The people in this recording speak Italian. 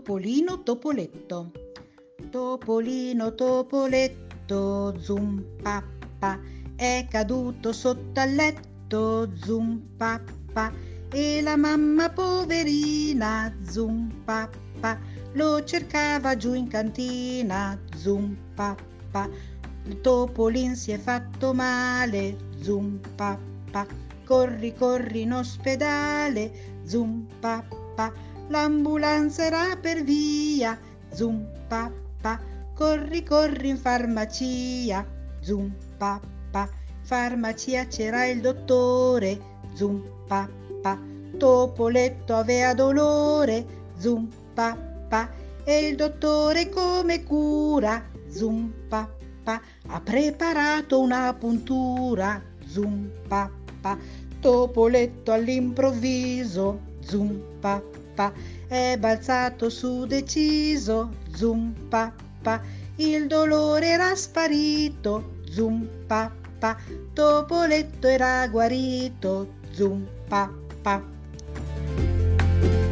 Topolino Topoletto. Topolino Topoletto, zum pappa, è caduto sotto al letto, zum pappa, e la mamma poverina, zum pappa, lo cercava giù in cantina, zum pappa. Il Topolin si è fatto male, zum pappa, corri corri in ospedale, zum pappa, l'ambulanza era per via, zum pappa, corri corri in farmacia, zum pappa, farmacia c'era il dottore, zum pappa, Topoletto aveva dolore, zum pappa, e il dottore come cura, zum pappa, ha preparato una puntura, zum pappa, Topoletto all'improvviso, zum pappa, è balzato su deciso, zum pappa, il dolore era sparito, zum pappa, Topoletto era guarito, zum pappa.